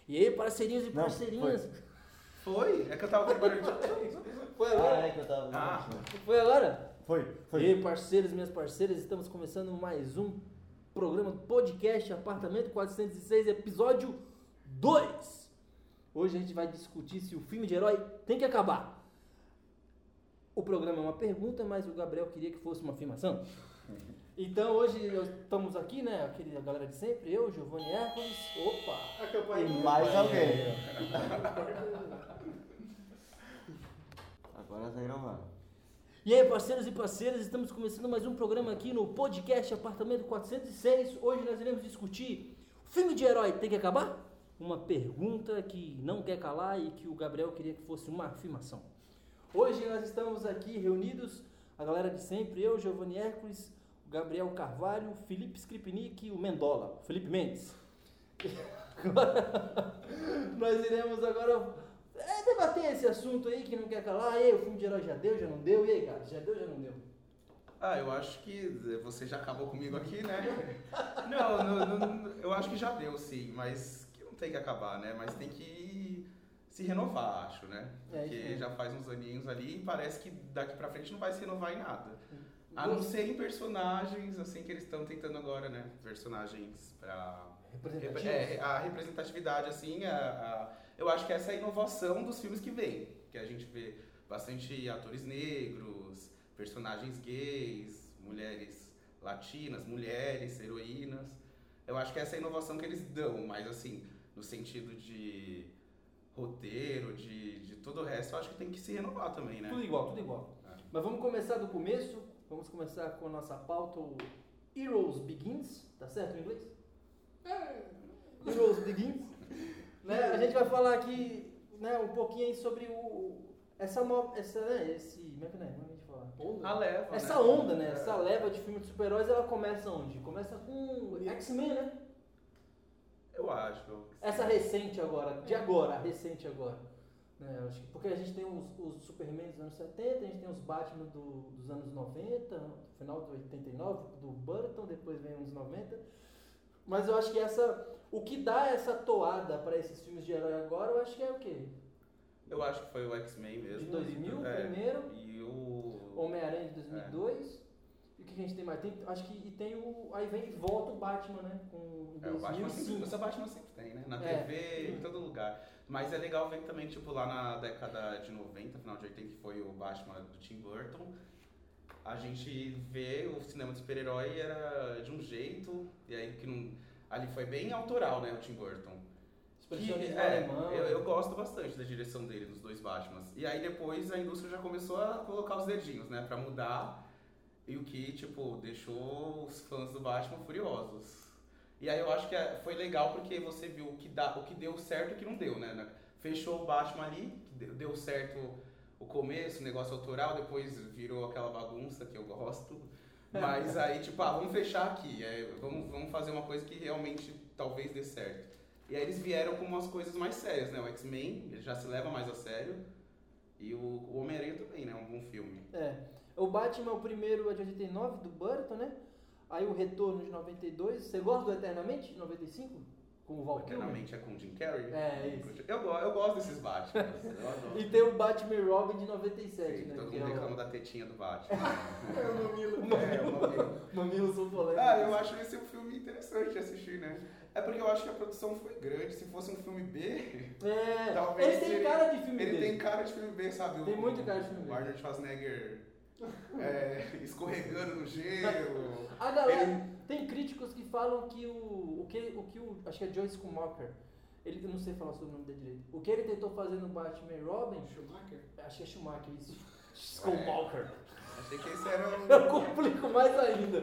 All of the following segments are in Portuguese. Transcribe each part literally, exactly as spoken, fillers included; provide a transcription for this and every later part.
E aí, parceirinhos e Não, parceirinhas? Foi? É que eu tava trabalhando. Foi agora? Ah, é que eu tava... Ah. Foi agora? Foi, foi. E aí, parceiros e minhas parceiras, estamos começando mais um programa podcast Apartamento quatrocentos e seis, episódio dois. Hoje a gente vai discutir se o filme de herói tem que acabar. O programa é uma pergunta, mas o Gabriel queria que fosse uma afirmação. Então hoje estamos aqui, né, aquele, a galera de sempre, eu, Giovanni Hércules, opa, E mais alguém. Agora tá inovando. E aí, parceiros e parceiras, estamos começando mais um programa aqui no podcast Apartamento quatrocentos e seis. Hoje nós iremos discutir: o filme de herói tem que acabar? Uma pergunta que não quer calar e que o Gabriel queria que fosse uma afirmação. Hoje nós estamos aqui reunidos, a galera de sempre, eu, Giovanni Hércules, o Gabriel Carvalho, o Felipe Skripnik e o Mendola, o Felipe Mendes. Agora, nós iremos agora é, debater esse assunto aí que não quer calar. E aí, o filme de herói já deu, já não deu? E aí, cara, já deu, já não deu? Ah, eu acho que você já acabou comigo aqui, né? Não, não, não, eu acho que já deu, sim, mas que não tem que acabar, né? Mas tem que se renovar, acho, né? Porque é, já faz uns aninhos ali e parece que daqui pra frente não vai se renovar em nada. A não ser em personagens, assim, que eles estão tentando agora, né? Personagens pra... É, a representatividade, assim, a, a, eu acho que essa é a inovação dos filmes que vem. Que a gente vê bastante atores negros, personagens gays, mulheres latinas, mulheres, heroínas. Eu acho que essa é a inovação que eles dão, mas assim, no sentido de roteiro, de, de todo o resto, eu acho que tem que se renovar também, né? Tudo igual, tudo igual. É. Mas vamos começar do começo, vamos começar com a nossa pauta, o Heroes Begins, tá certo em inglês? É. Heroes Begins. Né? A gente vai falar aqui, né, um pouquinho aí sobre o, essa, essa, né, esse, como é que é? Como a gente fala? Onda. A leva, essa né? onda, né? Essa leva de filme de super-heróis, ela começa onde? Começa com X-Men, né? Eu acho. Essa recente agora, de agora, recente agora. Né? Acho que porque a gente tem os, os Superman dos anos setenta, a gente tem os Batman do, dos anos noventa, final de oitenta e nove, do Burton, depois vem os noventa. Mas eu acho que essa, o que dá essa toada para esses filmes de herói agora, eu acho que é o quê? Eu acho que foi o X-Men mesmo. De dois mil, é, primeiro. E o... Homem-Aranha de dois mil e dois. É. E o que a gente tem mais? Tem, acho que e tem o... Aí vem e volta o Batman, né? Com é, o Batman sempre, o Batman sempre tem, né? Na é. T V, em todo lugar. Mas é legal ver também, tipo, lá na década de noventa, final de oitenta, que foi o Batman do Tim Burton. A gente vê o cinema de super-herói era de um jeito, e aí que não... Ali foi bem autoral, né, o Tim Burton. Que, é, eu, eu gosto bastante da direção dele, dos dois Batmans. E aí depois a indústria já começou a colocar os dedinhos, né, pra mudar. E o que, tipo, deixou os fãs do Batman furiosos. E aí eu acho que foi legal porque você viu o que, dá, o que deu certo e o que não deu, né? Fechou o Batman ali, deu certo o começo, o negócio autoral, depois virou aquela bagunça que eu gosto. Mas aí, tipo, ah, vamos fechar aqui, é, vamos, vamos fazer uma coisa que realmente talvez dê certo. E aí eles vieram com umas coisas mais sérias, né? O X-Men, ele já se leva mais a sério. E o, o Homem-Aranha também, né? Um bom filme. É. O Batman, o primeiro é de oitenta e nove, do Burton, né? Aí o Retorno de noventa e dois. Você gosta do Eternamente, de noventa e cinco? Com o Val Kilmer? Eternamente é com o Jim Carrey? É, isso. Eu, eu gosto desses Batman. E tem o Batman e Robin de noventa e sete, sim, né? todo que mundo é reclama o... da tetinha do Batman. É o mamilo. É, o mamilo. Mamilo são polêmicos. Ah, eu acho esse um filme interessante de assistir, né? É porque eu acho que a produção foi grande. Se fosse um filme B, é, talvez ele tem ele, cara de filme ele B. Ele tem cara de filme B, sabe? Tem o, muito cara de filme B. O Arnold Schwarzenegger é, escorregando no gelo. A galera, ele... tem críticos que falam que o, o que o que o, acho que é Joyce Schumacher, ele, eu não sei falar sobre o nome dele direito. O que ele tentou fazer no Batman e Robin, Schumacher? Acho que é Schumacher, isso. Schumacher. É. Achei que esse era um... Eu complico mais ainda.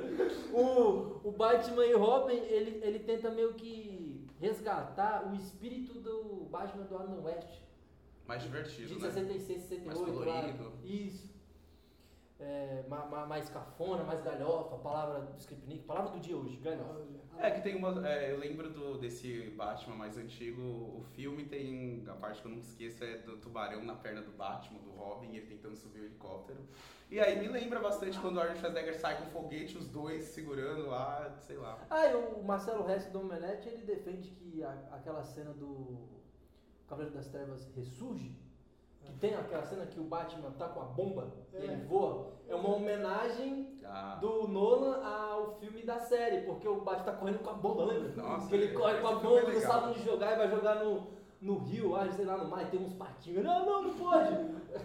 O, o Batman e Robin, ele, ele tenta meio que resgatar o espírito do Batman do Adam West. Mais divertido, de né? sessenta e seis, sessenta e oito, mais colorido. Lá. Isso. é, ma, ma, mais cafona, mais galhofa, palavra do Skripnik, palavra do dia hoje, galhofa. É que tem uma. É, eu lembro do, desse Batman mais antigo, o filme tem. A parte que eu nunca esqueço é do tubarão na perna do Batman, do Robin, ele tentando subir o helicóptero. E aí me lembra bastante quando o Arnold Schwarzenegger sai com o foguete, os dois segurando lá, sei lá. Ah, e o Marcelo Hess do Omelete, ele defende que a, aquela cena do Cavaleiro das Trevas ressurge, que tem aquela cena que o Batman tá com a bomba e É. ele voa, é uma homenagem Ah. do Nolan ao filme da série, porque o Batman tá correndo com a bomba, lembra? Nossa, que ele é, corre com a esse filme é bomba, não legal. sabe onde jogar e vai jogar no, no rio, ah, sei lá, no mar, e tem uns patinhos. Não, não, não pode!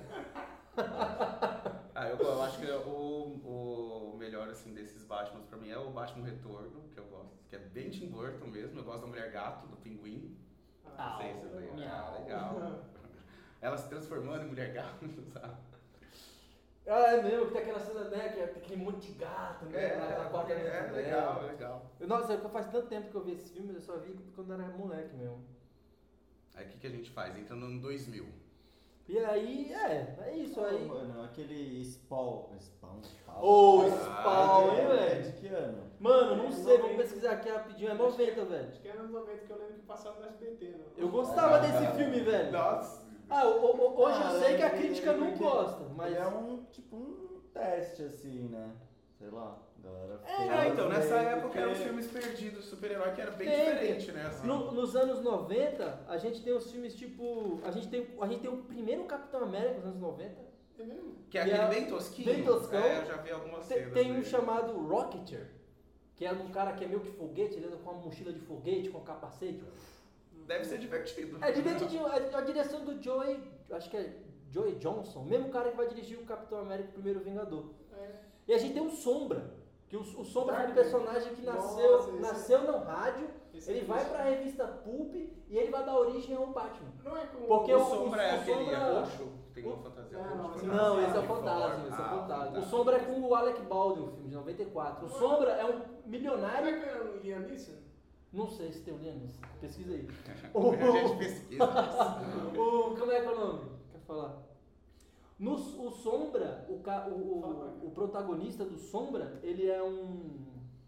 Ah, eu, eu acho que o, o melhor assim, desses Batmans pra mim é o Batman Retorno, que eu gosto, que é bem Tim Burton mesmo. Eu gosto da Mulher Gato, do Pinguim. Não sei se eu lembro. Ah, legal. Ela se transformando em Mulher Gato, sabe? Ah, é mesmo, que tem aquela cena, né, que é aquele monte de gato, né, É, na- na quarta é, é dela. legal, é legal. Eu- Nossa, faz tanto tempo que eu vi esse filme, eu só vi quando eu era moleque mesmo. Aí o que, que a gente faz? Entra no ano dois mil. E aí, é, é isso aí. Mano, aquele Spawn. Spawn? Spawn. Ô, Ah, Spawn, hein, É velho? de que ano? Mano, não É, sei, vamos noventa. pesquisar aqui rapidinho, é noventa, velho. Acho que era nos noventa que eu lembro que passava no S B T, não? Eu gostava Ah, desse filme, velho. Nossa! Ah, o- o- hoje eu Ah, sei que a ele- crítica não porque gosta, mas... Ele é um, tipo, um teste, assim, né? Sei lá, galera. É, fez Ah, então, nessa meio época que- eram os filmes perdidos de super-herói que era bem Tem, diferente, né? Assim. No- nos anos noventa, a gente tem os filmes tipo... A gente tem, a gente tem o primeiro Capitão América nos anos noventa. É mesmo? Que é E aquele a- bem tosquinho. bem toscão. É, eu já vi algumas Tem, cenas tem um dele. chamado Rocketeer, que é um cara que é meio que foguete, ele anda com uma mochila de foguete, com capacete. Deve ser divertido. É divertidinho, a, a direção do Joey, acho que é Joey Johnson, mesmo cara que vai dirigir o Capitão América, o primeiro Vingador. É. E a gente tem o Sombra, que o, o Sombra foi um Dark, personagem que nossa, nasceu, esse- nasceu no rádio, Esse ele é vai isso. pra revista Pulp e ele vai dar origem ao Batman. Não é com Porque O o- Sombra é o aquele Sombra- roxo? Tem uma fantasia Não, não, roxa? esse Não, esse é o Uniforme. Fantasma, esse é o Ah, Fantasma. O tá. Sombra é com o Alec Baldwin, o filme de noventa e quatro. O Sombra é um Não milionário. é com o Liam Neeson? Não sei se tem o Liam Neeson, pesquisa aí. A gente pesquisa isso. O, como é que é o nome? Quer falar? No, o Sombra, o, ca- o, o, o protagonista do Sombra, ele é um.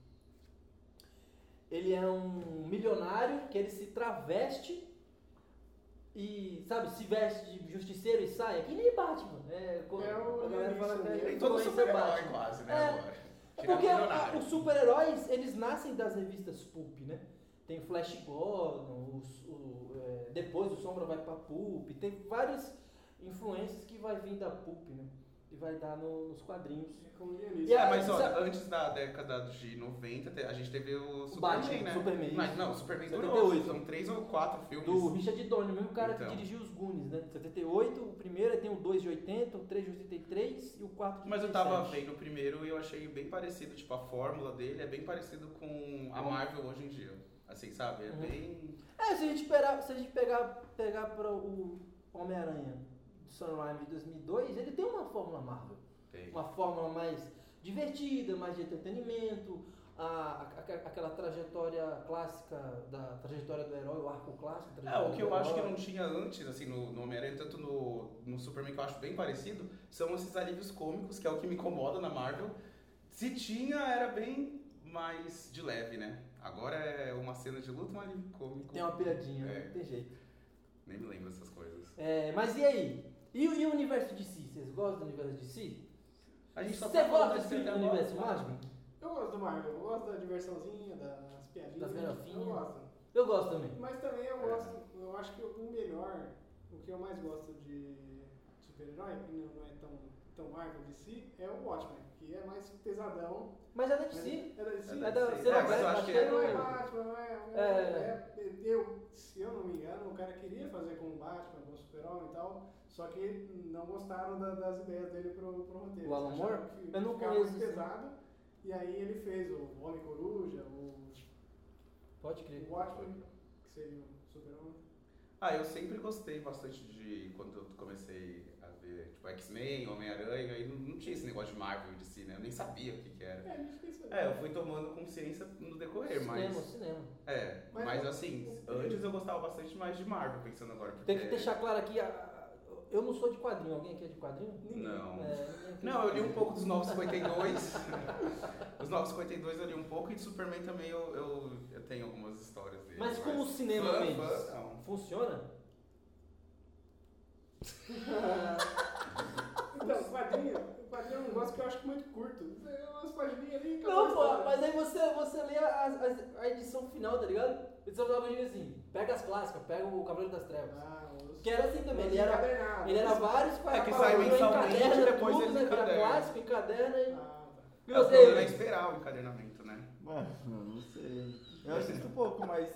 Ele é um milionário que ele se traveste e, sabe, se veste de justiceiro e sai. É que nem Batman. É, co- É o a galera fala que é Tem todo influência super-herói Batman. quase, né? É. Agora. É Tirando porque o a- milionário. os super-heróis, eles nascem das revistas Pulp, né? Tem o Flash Gordon, os- o, é, depois o Sombra vai pra Pulp, tem várias influências que vai vir da Pulp, né? E vai dar no- nos quadrinhos. É com o Liam E Neeson. a- É, mas olha, sabe- antes da década de noventa, te- a gente teve o Superman, Batman, né? Superman. Mas não, o Superman setenta e durou, oito. são três ou quatro filmes. Do Richard Donner, o mesmo cara Então. que dirigiu os Goonies, né? setenta e oito, o primeiro, aí tem o dois de oitenta, o três de oitenta e três e o quatro de Mas eu oitenta e tava sete. vendo o primeiro e eu achei bem parecido, tipo, a fórmula dele é bem parecido com a Marvel hoje em dia. Assim, sabe? É Uhum. bem... É, se a gente, pegar, se a gente pegar, pegar para o Homem-Aranha do Sam Raimi de dois mil e dois, ele tem uma fórmula Marvel. Tem. Uma fórmula mais divertida, mais de entretenimento, a, a- a- aquela trajetória clássica, da trajetória do herói, o arco clássico. a É, trajetória o que do eu acho que herói. não tinha antes, assim, no, no Homem-Aranha, tanto no, no Superman, que eu acho bem parecido, são esses alívios cômicos, que é o que me incomoda na Marvel. Se tinha, era bem mais de leve, né? Agora é uma cena de luta, um alívio cômico. Tem uma piadinha, É. não tem jeito. Nem me lembro dessas coisas. É, mas e aí? E, o- e o universo de si? Vocês gostam do universo de si? A gente só Você tá falando gosta desse desse até universo agora. mágico? Eu gosto do Marvel, eu gosto da diversãozinha, das piadinhas. Das galhofinhas. Eu gosto. Eu gosto também. Mas também eu É. gosto, eu acho que o melhor, o que eu mais gosto de super-herói, que não não é tão, tão Marvel de si, é o Watchmen, que é mais pesadão. Mas é da de mas si. É da D C. É da- É, sei lá, mas eu parece- acho acho que que é é Não é do- Batman, não é, É. é, é- eu, se eu não me engano, o cara queria fazer com o Batman, com o Super-Homem e tal, só que não gostaram da- das ideias dele pro, pro roteiro. O Alan Eles acharam Moore? que Eu não ficava conheço muito esse. pesado, e aí ele fez o Homem-Coruja, o, Pode crer. o Watchmen, que seria o Super-Homem. Ah, eu sempre gostei bastante de quando eu comecei a ver, tipo, X-Men, Homem-Aranha, aí não, não tinha esse negócio de Marvel de si, né? Eu nem sabia o que que era. É, difícil. É, eu fui tomando consciência no decorrer, Cinema, mas... cinema. É, Mas mas eu- assim, eu- antes eu gostava bastante mais de Marvel, pensando agora. Tem que porque- deixar claro aqui, a- eu não sou de quadrinho. Alguém aqui é de quadrinho? Não. É, ninguém aqui Não, eu li um pouco dos Novos cinquenta e dois. Os Novos cinquenta e dois eu li um pouco e de Superman também eu, eu, eu tenho algumas histórias dele. Mas como o cinema, fã, Mendes, fã, não. funciona? Então, o quadrinho, o quadrinho é um negócio que eu acho muito curto. É umas páginas ali. Não, acabou pô, a história. mas aí você, você lê a, a, a edição final, tá ligado? A edição final diz assim, pega as clássicas, pega o Cavaleiro das Trevas. Ah, os- Que era assim também, os ele era, encadernados. ele era vários, É que pá, sai pá, mensalmente, encaderna depois tudo, ele né, vira encaderna. clássico, encaderna e... Ah, tá. E É, o você, problema é Igor? esperar o encadernamento, né? Mano, não sei. Eu assisto pouco, mas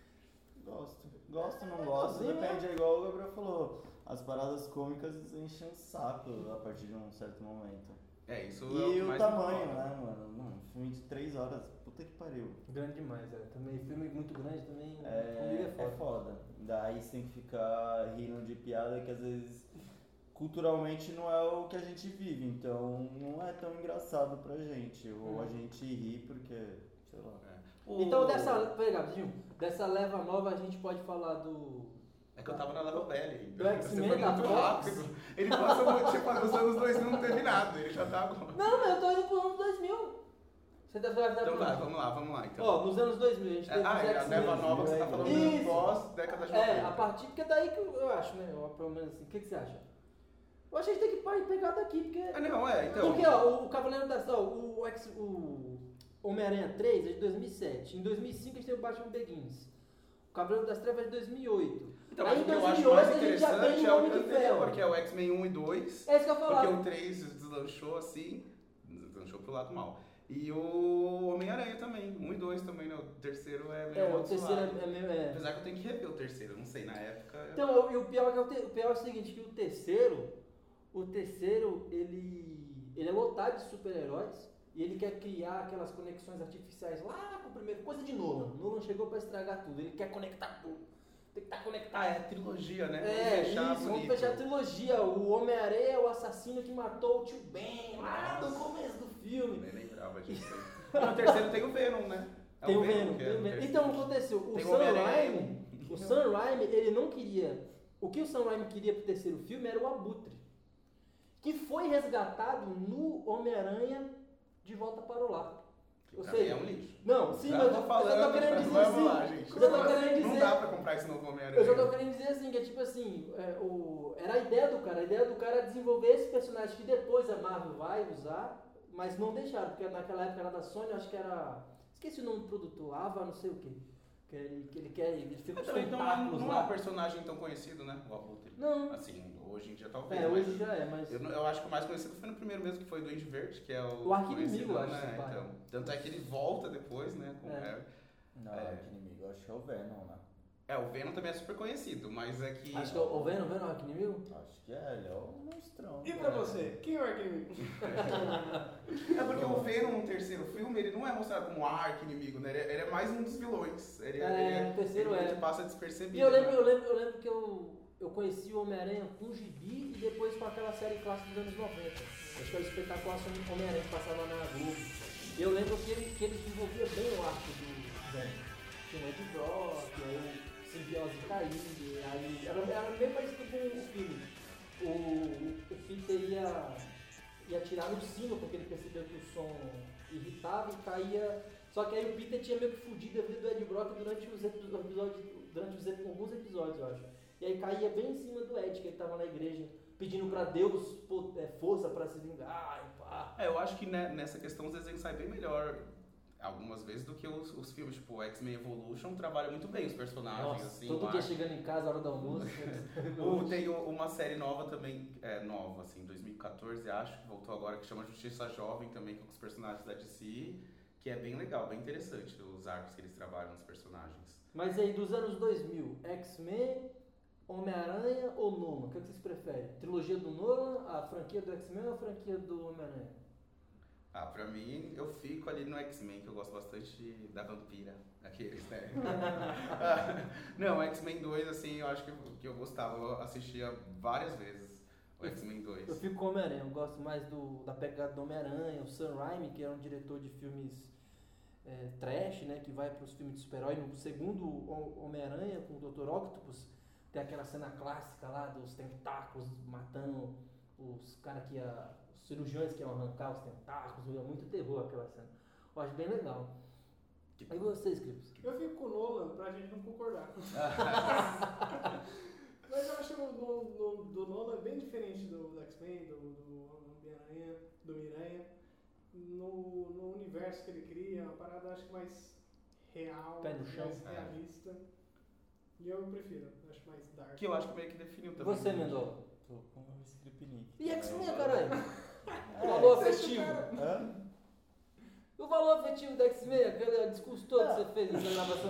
gosto. Gosto, não gosto. Sim, Depende, é igual o Gabriel falou. As paradas cômicas enchem o saco a partir de um certo momento. É, isso é E que o mais tamanho, me incomoda. né, mano? Mano, filme de três horas, puta que pariu. Grande demais, é. Também, filme muito grande também, comigo É, é é foda. foda. Daí você tem que ficar rindo de piada que às vezes culturalmente não é o que a gente vive, então não é tão engraçado pra gente. Ou a Hum. gente ri porque, sei lá. É. O- Então dessa, peraí, Gabinho, dessa leva nova a gente pode falar do... É que eu tava na Lava Belly. Do X-Men, Você foi da muito Fox. rápido. Ele passou muito, tipo, nos anos dois mil não teve nada, ele já tá agora. Não, mas eu tô indo pro ano dois mil. Você deve dar Então pra vai, onde? vamos lá, vamos lá então. Ó, nos anos dois mil a gente É, teve ah, os é a X-Men. leva nova que você tá falando Isso. pós década de É, noventa. a partir, porque é daí que eu, eu acho, né? Ó, pelo menos assim, o que, que você acha? Eu acho que a gente tem que pa- pegar daqui, porque... Ah, não, é, então. Porque, ó, o, o Cavaleiro das... Ó, o, o, X- o Homem-Aranha três é de dois mil e sete. Em dois mil e cinco a gente teve o Batman Begins. O Cavaleiro das Trevas é de dois mil e oito. Então, Aí mas em o que eu dois acho mil e oito mais a gente já interessante tem é o o Homem de anterior, Ferro. porque é o X-Men um e dois, É isso que eu ia falar. porque o três deslanchou assim, deslanchou pro lado mal. E o Homem-Aranha também, um e dois também, né? O terceiro é meio É, o amaldiçoado. terceiro é, é meio... É. Apesar que eu tenho que rever o terceiro, não sei, na época... eu- Então, o- e o pior, é que é o, te- o pior é o seguinte, que o terceiro, o terceiro, ele, ele é lotado de super-heróis e ele quer criar aquelas conexões artificiais lá com o primeiro, coisa de Nolan. Nolan chegou pra estragar tudo, ele quer conectar tudo. Tem que estar conectado. Ah, é trilogia, né? É, Vamos fechar isso, vamos bonito. fechar a trilogia. O Homem-Aranha é o assassino que matou o tio Ben lá no Nossa. começo do filme. Nem lembrava disso aí. No terceiro tem o Venom, né? É Tem o Venom, que é tem o no Venom. terceiro. Então, o que aconteceu? O Tem o Sam Homem-Aranha. Raimi, o Sam Raimi, ele não queria... O que o Sam Raimi queria pro terceiro filme era o Abutre, que foi resgatado no Homem-Aranha de Volta para o Lar. Que Ou pra mim seja, é um lixo. não, sim, Já mas tô eu, eu falando, só tô querendo dizer vamos lá, assim. gente. Eu só tô querendo Não dizer... dá pra comprar esse novo Homem-Aranha. Eu só tô querendo dizer assim, que é tipo assim, é, o, era a ideia do cara, a ideia do cara era desenvolver esse personagem que depois a Marvel vai usar, mas não deixaram, porque naquela época era da Sony, eu acho que era, esqueci o nome do produtor, Ava não sei o que, que ele, que ele quer, ele fica com os Então, então tentáculos não é um lá. personagem tão conhecido, né? O Abutre. Não, Assim, hoje em dia talvez. é, mas hoje já é, mas... Eu, não- eu acho que o mais conhecido foi no primeiro mesmo, que foi o Duende Verde, que é o. O Arqui-Inimigo, conhecido, eu acho, né? esse pai. Então, tanto é que ele volta depois, né? Com É. o Harry. Não, É. é. que inimigo, eu acho que é o Venom, né? É, o Venom também é super conhecido, mas é que. Acho que é o Venom, Venom, Arco Inimigo? Acho que é, ele é o monstrão. E pra você, quem é o arquinimigo? É porque o Venom no terceiro filme, ele não é mostrado como arqui-inimigo, né? Ele é, ele é mais um dos vilões. Ele, É, ele no terceiro ele é. passa despercebido. E eu lembro, né? eu lembro, eu lembro que eu, eu conheci o Homem-Aranha com o Gibi e depois com aquela série clássica dos anos noventa. Acho que era o espetacular Homem-Aranha que passava na Globo. E eu lembro que ele, que ele desenvolvia bem o arco do Venom. Tinha o Ed Brock, aí o simbiose caindo, aí era, era meio parecido com o filme. O, o Peter ia, ia atirar no sino porque ele percebeu que o som irritava e caía. Só que aí o Peter tinha meio que fudido a vida do Ed Brock durante os episódios, durante os, alguns episódios, eu acho. E aí caía bem em cima do Ed, que ele tava na igreja pedindo pra Deus pô, é, força pra se vingar e pá. É, eu acho que né, nessa questão os desenhos saem bem melhor algumas vezes do que os, os filmes. Tipo, o X-Men Evolution trabalha muito bem os personagens, Nossa, assim. todo eu dia acho. chegando em casa, a hora do almoço. O- tem o- uma série nova também, é, nova, assim, dois mil e quatorze, acho, que voltou agora, que chama Justiça Jovem também, com os personagens da D C, que é bem legal, bem interessante os arcos que eles trabalham nos personagens. Mas aí, dos anos dois mil, X-Men, Homem-Aranha ou Nolan? O que vocês preferem? Trilogia do Nolan, a franquia do X-Men ou a franquia do Homem-Aranha? Ah, pra mim, eu fico ali no X-Men, que eu gosto bastante da vampira, aqueles, né? Não, X-Men dois, assim, eu acho que, que eu gostava, eu assistia várias vezes o X-Men dois. Eu fico com o Homem-Aranha, eu gosto mais do, da pegada do Homem-Aranha, o Sam Raimi, que é um diretor de filmes é, trash, né, que vai para os filmes de super-herói. No segundo Ho- Homem-Aranha, com o doutor Octopus, tem aquela cena clássica lá dos tentáculos matando os caras que ia, os cirurgiões que iam arrancar os tentáculos, é muito terror aquela cena. Eu acho bem legal. E vocês, Clips? Eu fico com o Nolan pra gente não concordar. Mas eu acho o do, do, do Nolan bem diferente do, do X-Men, do, do Homem-Aranha, do Miranha. No, no universo que ele cria, uma parada acho que mais real, Pé no chão. mais realista. E eu prefiro, acho mais dark. Que eu acho que meio que definiu também. Você, Mendola? Tô com o Skripnik. E X-Men, caralho? O É, valor deixa o afetivo. cara- Hã? O valor afetivo do X-Men, aquele discurso todo que você fez nessa gravação.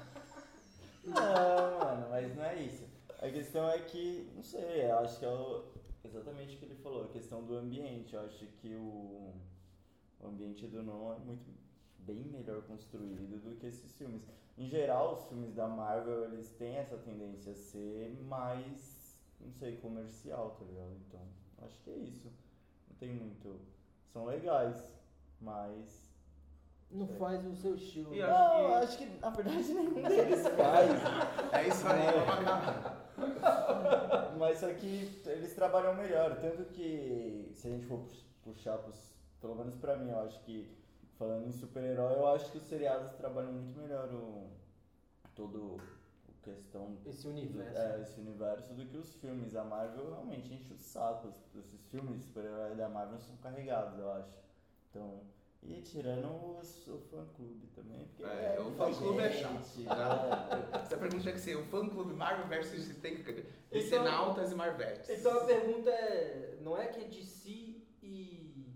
Não, mano, mas não é isso. A questão é que, não sei, eu acho que é o, exatamente o que ele falou, a questão do ambiente. Eu acho que o, o ambiente do Nolan é muito bem melhor construído do que esses filmes. Em geral, os filmes da Marvel, eles têm essa tendência a ser mais, não sei, comercial, tá ligado? Então, acho que é isso. Não tem muito... São legais, mas... Não faz o seu estilo. E né? acho Não, que- acho que na verdade nenhum deles faz. É isso aí, É. vamos acabar. Mas só que eles trabalham melhor. Tanto que, se a gente for pux- puxar, pros, pelo menos pra mim, eu acho que, falando em super-herói, eu acho que os seriados trabalham muito melhor o todo o questão Esse do, universo. é, esse universo do que os filmes. A Marvel realmente enche o saco. Os- Esses filmes de super-herói da Marvel são carregados, eu acho. Então, e tirando os- o fã-clube também, porque É, o muita fã-clube é gente, chato. né? Essa pergunta tinha que ser o fã-clube Marvel versus tem Então- Decenautas e Marvetes. Então a pergunta é, não é que D C e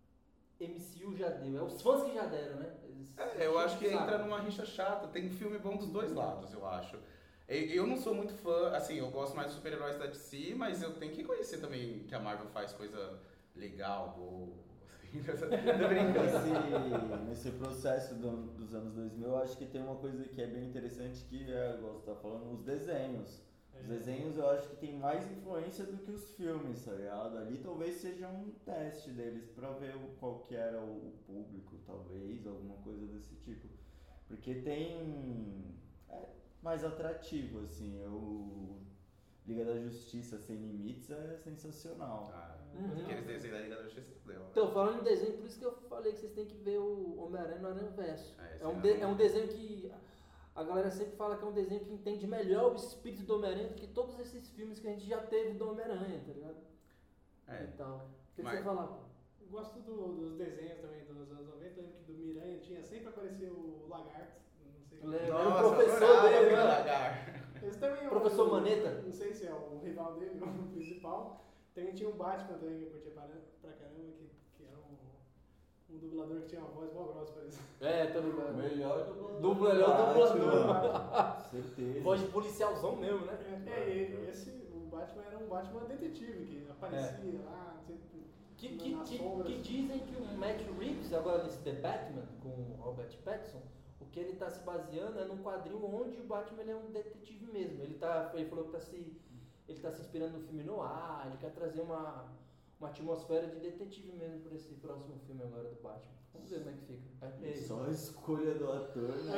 M C U já deu, é os fãs que já deram, né? Eles- É, eu acho que sabe? entra numa rixa chata. Tem filme bom dos dois lados, eu acho. Eu eu não sou muito fã, assim, eu gosto mais dos super-heróis da D C, mas eu tenho que conhecer também que a Marvel faz coisa legal, boa. Assim, tô brincando. Nesse, nesse processo do- dos anos dois mil, eu acho que tem uma coisa que é bem interessante que é, igual você tá falando, os desenhos. Os desenhos eu acho que tem mais influência do que os filmes, tá ligado? Ali talvez seja um teste deles pra ver o- qual que era o, o público, talvez, alguma coisa desse tipo. Porque tem... é mais atrativo, assim, o Liga da Justiça Sem Limites é sensacional. Ah, Uhum. aqueles desenhos da Liga da Justiça deu. Então, falando em desenho, por isso que eu falei que vocês têm que ver o Homem-Aranha no Aranha Verso. É, esse É um, é de- um- é um desenho que a galera sempre fala que é um desenho que entende melhor o espírito do Homem-Aranha do que todos esses filmes que a gente já teve do Homem-Aranha, tá ligado? É. Então, o que Mas- você ia falar? Eu gosto do- dos desenhos também dos anos noventa. Eu lembro que do Miranha tinha sempre aparecia o Lagarto. Não sei. Lembra? Não, Era o Nossa, professor adorava dele, aquele né? lagar. esse também é o- Professor Maneta? Não sei se é o rival dele ou o principal. Também tinha o Batman também que eu curtia pra, pra caramba, que, que era um, um dublador que tinha uma voz mó grossa, parece. É, tô ligado. Melhor dublador. Do melhor dublador. Batman, certeza. Voz de policialzão mesmo, né? É, e esse, o Batman era um Batman detetive, que aparecia lá, não sei, Que, que, nas que, sombras. que dizem que o Matt Reeves, agora nesse The Batman, com o Robert Pattinson, o que ele está se baseando é num quadrinho onde o Batman ele é um detetive mesmo. Ele, tá, ele falou que tá se, ele tá se inspirando no filme Noir, ele quer trazer uma, uma atmosfera de detetive mesmo para esse próximo filme agora do Batman. Vamos ver como é que fica. É, Só a escolha do ator, né?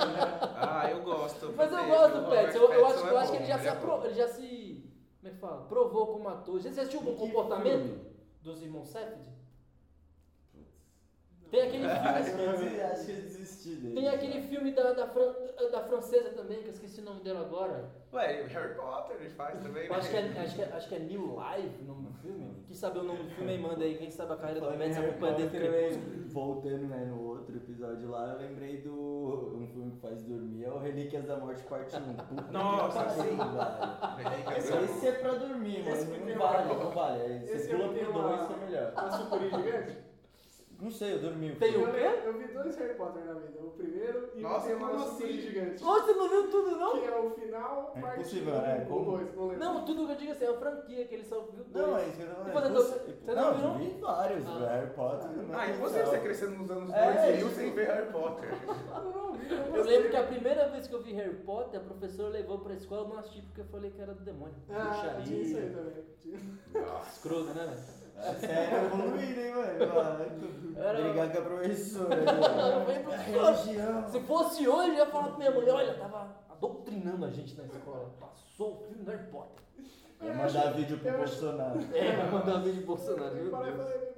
Ah, eu gosto. Mas eu Vejo, gosto o do Robert Pattinson, eu, eu acho, Pattinson eu é acho que bom, ele já se é apro, bom. ele já se, como é que fala? Provou como ator. Você assistiu o Que comportamento filme? dos irmãos Safdie? Não. Tem aquele Acho filme. que eu desi- acho que eu desisti dele. Tem aquele filme da, da, fran- da francesa também, que eu esqueci o nome dela agora. Ué, o Harry Potter ele faz também, Eu acho que, né? é, acho, que é, acho que é New Life o nome do filme. Quem sabe o nome do filme aí, manda aí. Quem sabe a carreira do Falando em Médici Harry acompanha dentro do Potter, Crepúsculo. eu- voltando né, no outro episódio lá, eu lembrei do um filme que faz dormir, é o Relíquias da Morte Parte um. Puta Nossa, que pariu, sim. velho. Relíquias Esse, esse é pra dormir, Esse mano. que tem Não uma- vale, não vale. Aí Esse Você que pula tem pro uma- dois que é melhor. Uma sucuri gigante? Não sei, eu dormi o Tem filme. o quê? Eu, eu vi dois Harry Potter na vida. O primeiro e Nossa, tem uma como sucuri assim? gigante. Ô, você não viu tudo, não? Que é o final, É parte impossível, um, né? ou Como? dois, não lembro. Não, tudo que eu digo assim, é uma franquia que ele só viu dois. Não, é isso que eu tô E falando. você É não- impossível. você não Não, viu, eu não? vi vários. Ah. Harry Potter. não Ah, tem impossível como. você crescendo nos anos É, dois mil tipo- sem ver Harry Potter. Eu não vi, eu não Eu gostei. lembro que a primeira vez que eu vi Harry Potter, a professora levou pra escola, eu não assisti porque eu falei que era do demônio. Ah, tinha isso aí Bruxaria. também. Tinha. Escroto, né, velho? É sério, evoluído, hein, mano? Era- Brigar com a professora. Não, né? vem A professora. religião. Se fosse hoje, eu ia falar pra minha mulher, olha, tava doutrinando a gente na escola. Passou o filme do Harry Potter. Vai mandar vídeo pro eu acho- Bolsonaro. É, vai mandar vídeo de Bolsonaro. Eu Meu falei, Deus. falei,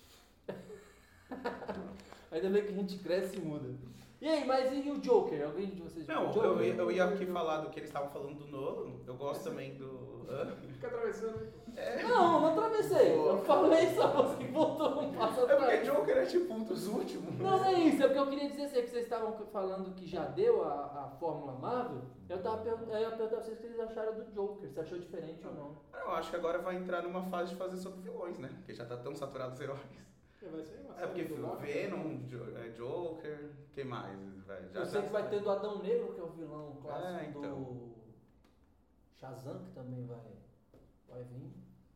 Ainda bem que a gente cresce e muda. E aí, mas e o Joker? Alguém de vocês viu Não, o Joker? eu, ia- eu ia aqui falar do que eles estavam falando do Nolan. Eu gosto também do. Hã? Fica atravessando. Não, não atravessei. Eu falei só, você que voltou um passo É porque atrás. Joker é tipo um dos últimos. Não, não é isso, é porque eu queria dizer assim, que vocês estavam falando que já deu a, a Fórmula Marvel. Eu, tava, pergun- eu ia perguntar pra vocês o que eles acharam do Joker, se achou diferente ou não. Eu acho que agora vai entrar numa fase de fazer sobre vilões, né? Porque já tá tão saturado os heróis. Vai ser uma É porque série do o Batman. Venom, Jo- é, Joker, quem mais? Vai, já Eu sei já- que vai ter do Adão Negro, que é o vilão clássico É, então. do Shazam, que também vai, vai vir.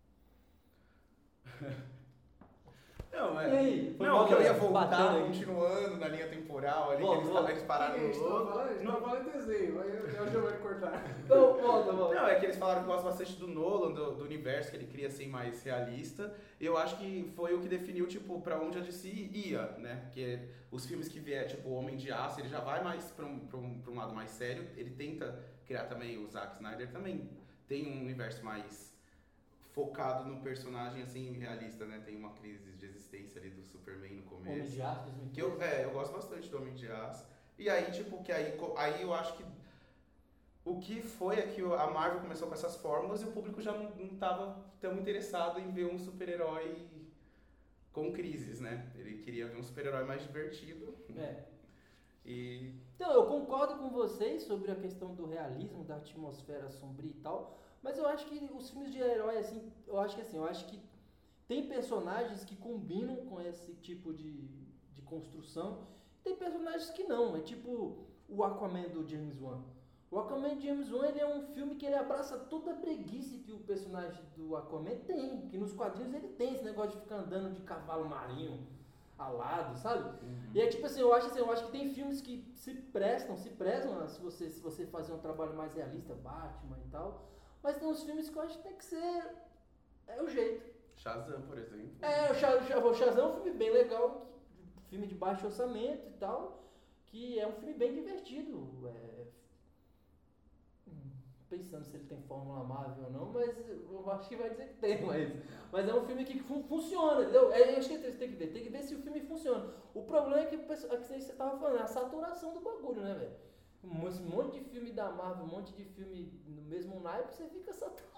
Não, E é. aí? Foi Não, mal, que eu ia batendo voltar, aí. continuando na linha temporal ali, que Volta, eles, volta. eles pararam O que a gente no tava Nolan. falando? A gente tava falando em desenho, aí eu já vai cortar. Então, volta, volta. Não, é que eles falaram que gostam bastante do Nolan, do, do universo que ele cria assim mais realista. E eu acho que foi o que definiu, tipo, pra onde a D C ia, né? Porque os filmes que vier, tipo, o Homem de Aço, ele já vai mais pra um, pra um, pra um lado mais sério. Ele tenta criar também, o Zack Snyder também tem um universo mais focado no personagem, assim, realista, né? Tem uma crise de existência ali do Superman no começo. Homem de Aço, dois mil e Que eu, treze. é, eu gosto bastante do Homem de Aço. E aí, tipo, que aí, co- aí eu acho que o que foi é que a Marvel começou com essas fórmulas e o público já não, não tava tão interessado em ver um super-herói com crises, né? Ele queria ver um super-herói mais divertido. É. E Então, eu concordo com vocês sobre a questão do realismo, da atmosfera sombria e tal, mas eu acho que os filmes de herói, assim, eu acho que assim, eu acho que tem personagens que combinam com esse tipo de, de construção, tem personagens que não, é tipo o Aquaman do James Wan. O Aquaman de James Wan, ele é um filme que ele abraça toda a preguiça que o personagem do Aquaman tem, que nos quadrinhos ele tem esse negócio de ficar andando de cavalo marinho alado, sabe? E é tipo assim, eu acho assim, eu acho que tem filmes que se prestam, se prezam a- se você, se você fazer um trabalho mais realista, Batman e tal, mas tem uns filmes que eu acho que tem que ser é o jeito. Shazam, por exemplo. É, o Sha- o Sha- o Shazam é um filme bem legal, que- filme de baixo orçamento e tal, que é um filme bem divertido. é, hum, Pensando se ele tem fórmula Marvel ou não, mas eu acho que vai dizer que tem, mas, mas é um filme que fun- funciona, entendeu? É, eu acho que você tem que ver, tem que ver se o filme funciona. O problema é que, o pessoal- é que você tava falando, é a saturação do bagulho, né, velho? Um esse monte de filme da Marvel, um monte de filme no mesmo naipe, você fica saturado.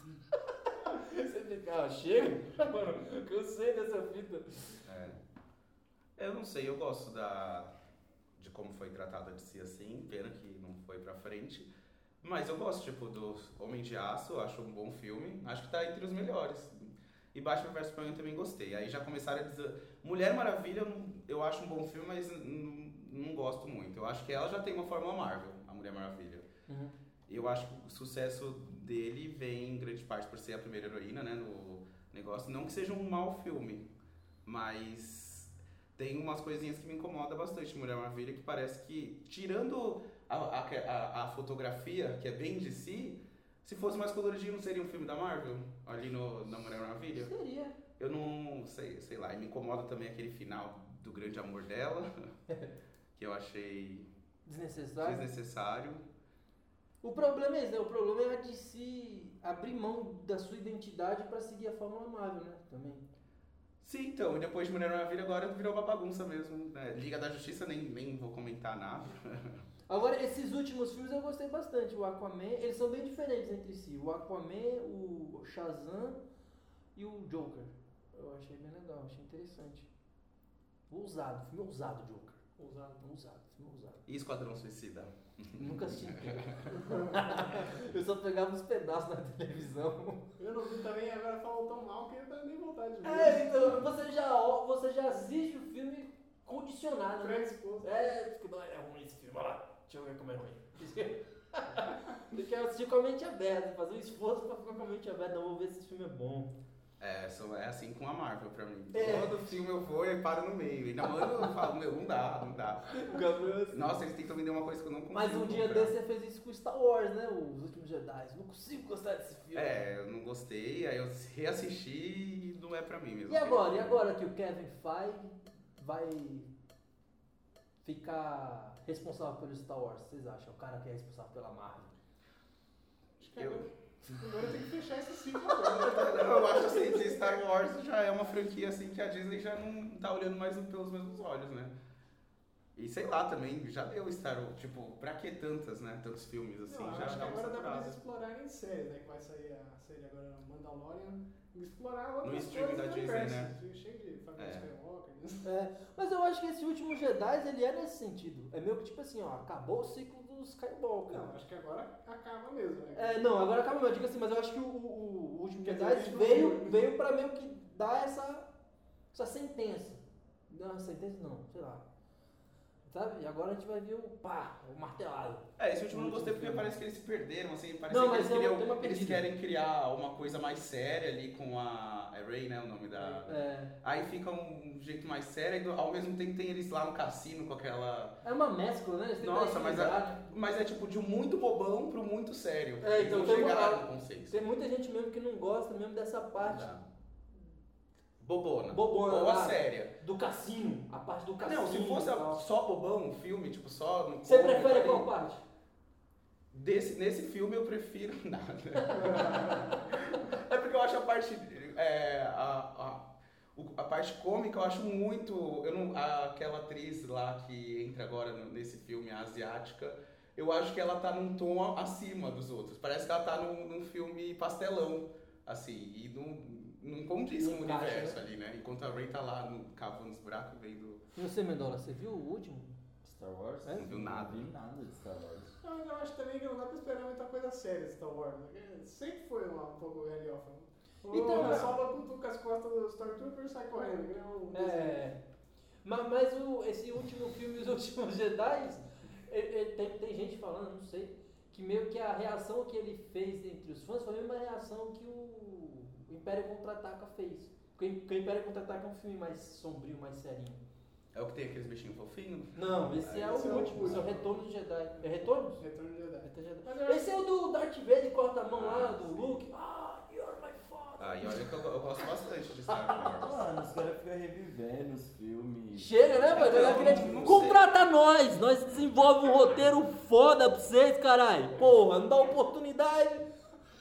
Você fica, ah, chega, mano, cansei dessa fita. É. Eu não sei, eu gosto da de como foi tratada de si assim, pena que não foi pra frente. Mas eu gosto, tipo, do Homem de Aço, acho um bom filme. Acho que tá entre os melhores. E Batman versus Superman eu também gostei. Aí já começaram a dizer... Mulher Maravilha eu, não- eu acho um bom filme, mas não, não gosto muito. Eu acho que ela já tem uma fórmula Marvel, a Mulher Maravilha. Uhum. Eu acho que o sucesso dele vem em grande parte por ser a primeira heroína, né, no negócio. Não que seja um mau filme, mas tem umas coisinhas que me incomodam bastante em Mulher Maravilha, que parece que, tirando a, a, a, a fotografia, que é bem de si, se fosse mais coloridinho, não seria um filme da Marvel, ali no, na Mulher Maravilha? Seria. Eu não sei, sei lá, e me incomoda também aquele final do grande amor dela, que eu achei Desnecessário. desnecessário. O problema é esse, né? O problema é a de se abrir mão da sua identidade pra seguir a Fórmula Marvel, né? Também. Sim, então, e depois de Mulher Maravilha agora virou uma bagunça mesmo. Né? Liga da Justiça nem, nem vou comentar nada. Agora, esses últimos filmes eu gostei bastante. O Aquaman, eles são bem diferentes entre si. O Aquaman, o Shazam e o Joker. Eu achei bem legal, achei interessante. Ousado, filme ousado, Joker. Ousado, ousado, filme ousado. E Esquadrão Suicida? Nunca assisti inteiro. Eu só pegava os pedaços na televisão. Eu não vi também, agora falou tão mal que eu não tenho nem vontade de ver. É, então você já, ó, você já assiste o filme condicionado, né? Predisposto. É, porque não, é ruim esse filme, olha lá, deixa eu ver como é ruim. Você quer assistir com a mente aberta, fazer um esforço pra ficar com a mente aberta, não vou ver se esse filme é bom. É, só é assim com a Marvel pra mim. É. Todo filme eu vou e paro no meio. E na mano eu falo, meu, não dá, não dá. O Gabriel é assim. Nossa, eles tentam vender uma coisa que eu não consigo Mas um dia comprar. desse você fez isso com Star Wars, né? Os Últimos Jedi. Não consigo gostar desse filme. É, eu não gostei, aí eu reassisti e não é pra mim mesmo. E agora? E agora que o Kevin Feige vai ficar responsável pelo Star Wars, vocês acham? O cara que é responsável pela Marvel. Acho que Eu- agora, agora tem que fechar esse ciclo agora. Eu acho assim que Star Wars já é uma franquia assim que a Disney já não tá olhando mais pelos mesmos olhos, né? E sei lá também, já deu Star Wars, tipo, pra que tantas, né? Tantos filmes assim, Não, já acho que dá uma agora dá pra saturada. eles explorarem séries, né? Que vai sair a série agora Mandalorian. E explorar outras No streaming coisas da do Disney, universo. né? Cheio de família É. Skywalker. É, mas eu acho que esse último Jedi, ele é nesse sentido. É meio que tipo assim, ó, acabou o ciclo dos Skywalker. Não, acho que agora acaba mesmo, né? É, não, agora acaba, eu digo assim, mas eu acho que o, o, o último Quer Jedi dizer, veio, não- veio pra meio que dar essa, essa sentença. Não, sentença não, sei lá. Sabe? E agora a gente vai ver o pá, o martelado. É, esse último eu não gostei porque filme. parece que eles se perderam, assim, parece Não, que mas eles, eu queriam, tenho uma eles pedida. querem criar uma coisa mais séria ali com a... É Rey, né, o nome da... É, Aí fica um jeito mais sério, e do- ao mesmo tempo tem eles lá no cassino com aquela... é uma mescla, né? Eles tentam Nossa, mas equilibrar, é, né? mas é tipo de um muito bobão pro muito sério. É, Eles então não tem chegaram uma- no conceito. Tem muita gente mesmo que não gosta mesmo dessa parte Dá. Bobona. Bobona Ou a lá. séria. do cassino, a parte do cassino. Não, se fosse e tal. só bobão, um filme, tipo, só... no Você cômico prefere ali, qual parte? Desse, nesse filme eu prefiro nada. É porque eu acho a parte... É, a, a, o- a parte cômica eu acho muito... Eu não, a- aquela atriz lá que entra agora no- nesse filme, a asiática, eu acho que ela tá num tom a- acima dos outros. Parece que ela tá num, num filme pastelão, assim, e não... Não condiz Não com o encaixa, universo né? ali, né? Enquanto a Rey tá lá no, cavando os buracos e vendo... E você, Mendola, você viu o último? Star Wars? É? Não viu nada. Não vi nada de Star Wars. Não, mas eu acho também que não dá pra esperar muita coisa séria de Star Wars. Né? Sempre foi uma, um pouco galhofa. Então, Então, mas- só uma cutuca as costas do Stormtrooper e sai correndo. que nem um desenho. É. Mas, mas o, esse último filme, Os Últimos Jedi, ele- ele tem, tem gente falando, não sei, que meio que a reação que ele fez entre os fãs foi a mesma reação que o, o Império Contra-Ataca fez. Porque, porque o Império Contra-Ataca é um filme mais sombrio, mais serinho. É o que tem aqueles bichinhos fofinhos? Não, esse Aí é esse o é o último, esse é o último. Retorno de Jedi. É Retorno? Retorno de Jedi. Retorno de Jedi. Mas eu acho- Esse é o do Darth Vader que corta a mão lá, do Luke. Ah, you're my father. Ah, e olha que eu, eu gosto bastante de Star Wars. Mano, os caras ficam revivendo os filmes. Chega, né, mano? Eu Eu queria não- te- não Contrata nós! Nós desenvolvemos um roteiro foda pra vocês, caralho. Porra, não dá oportunidade.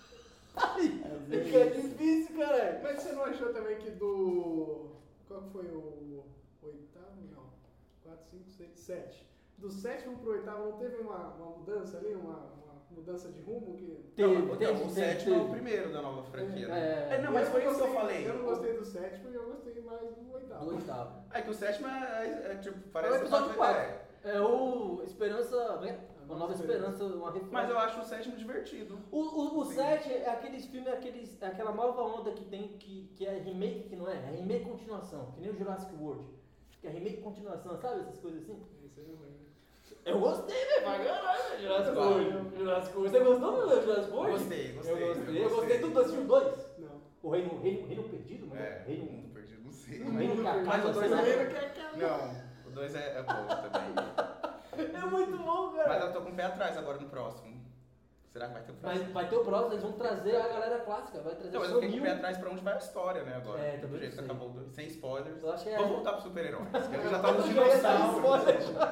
Ai, Às é que é vezes. difícil, caralho. Mas você não achou também que do. Qual que foi o oitavo? Não. quatro, cinco, seis, sete. Do sétimo pro oitavo não teve uma, uma mudança ali? Uma, uma mudança de rumo? Que... Teve, Não, teve, então, o teve, sétimo é o teve. primeiro da nova franquia, né? É. É, não, mas Eu foi isso que eu gostei- falei. Eu não gostei do sétimo e eu gostei mais do oitavo. Do oitavo. É que o sétimo é, é, é, tipo, É parece... o episódio é, quatro. É o Esperança, né? Uma nova esperança, uma reforma. Mas eu acho o sétimo divertido. O, o, o Sim. sete é aqueles filmes, aqueles, é aquela nova onda que tem, que, que é remake, que não é, é remake continuação, que nem o Jurassic World. Que é remake continuação, sabe essas coisas assim? Esse aí eu lembro. Eu gostei, velho, pra caralho, velho, Jurassic Claro. World. Jurassic World. Você gostou do Jurassic World? Gostei, gostei. Eu gostei, eu gostei do dois, filme dois. Não. O Reino, Reino, Reino Perdido, mano? É, Reino, mundo perdido, não sei. o Reino Mas Cacau, o dois sei lá. é... Lembra que acaba. Não, o dois é, é bom também. É muito bom, Mas cara. eu tô com o pé atrás agora no próximo. Será que vai ter o próximo? Mas vai ter o próximo, eles vão trazer a galera clássica, vai trazer Não, o mas eu fiquei com o pé Sonil. atrás pra onde vai a história, né, agora. É, também Do jeito que sei. acabou o dois. Sem spoilers. Eu acho que é. Vamos voltar pro super-heróis. que ele já tá nos Eu já ia dar dinossauros. spoiler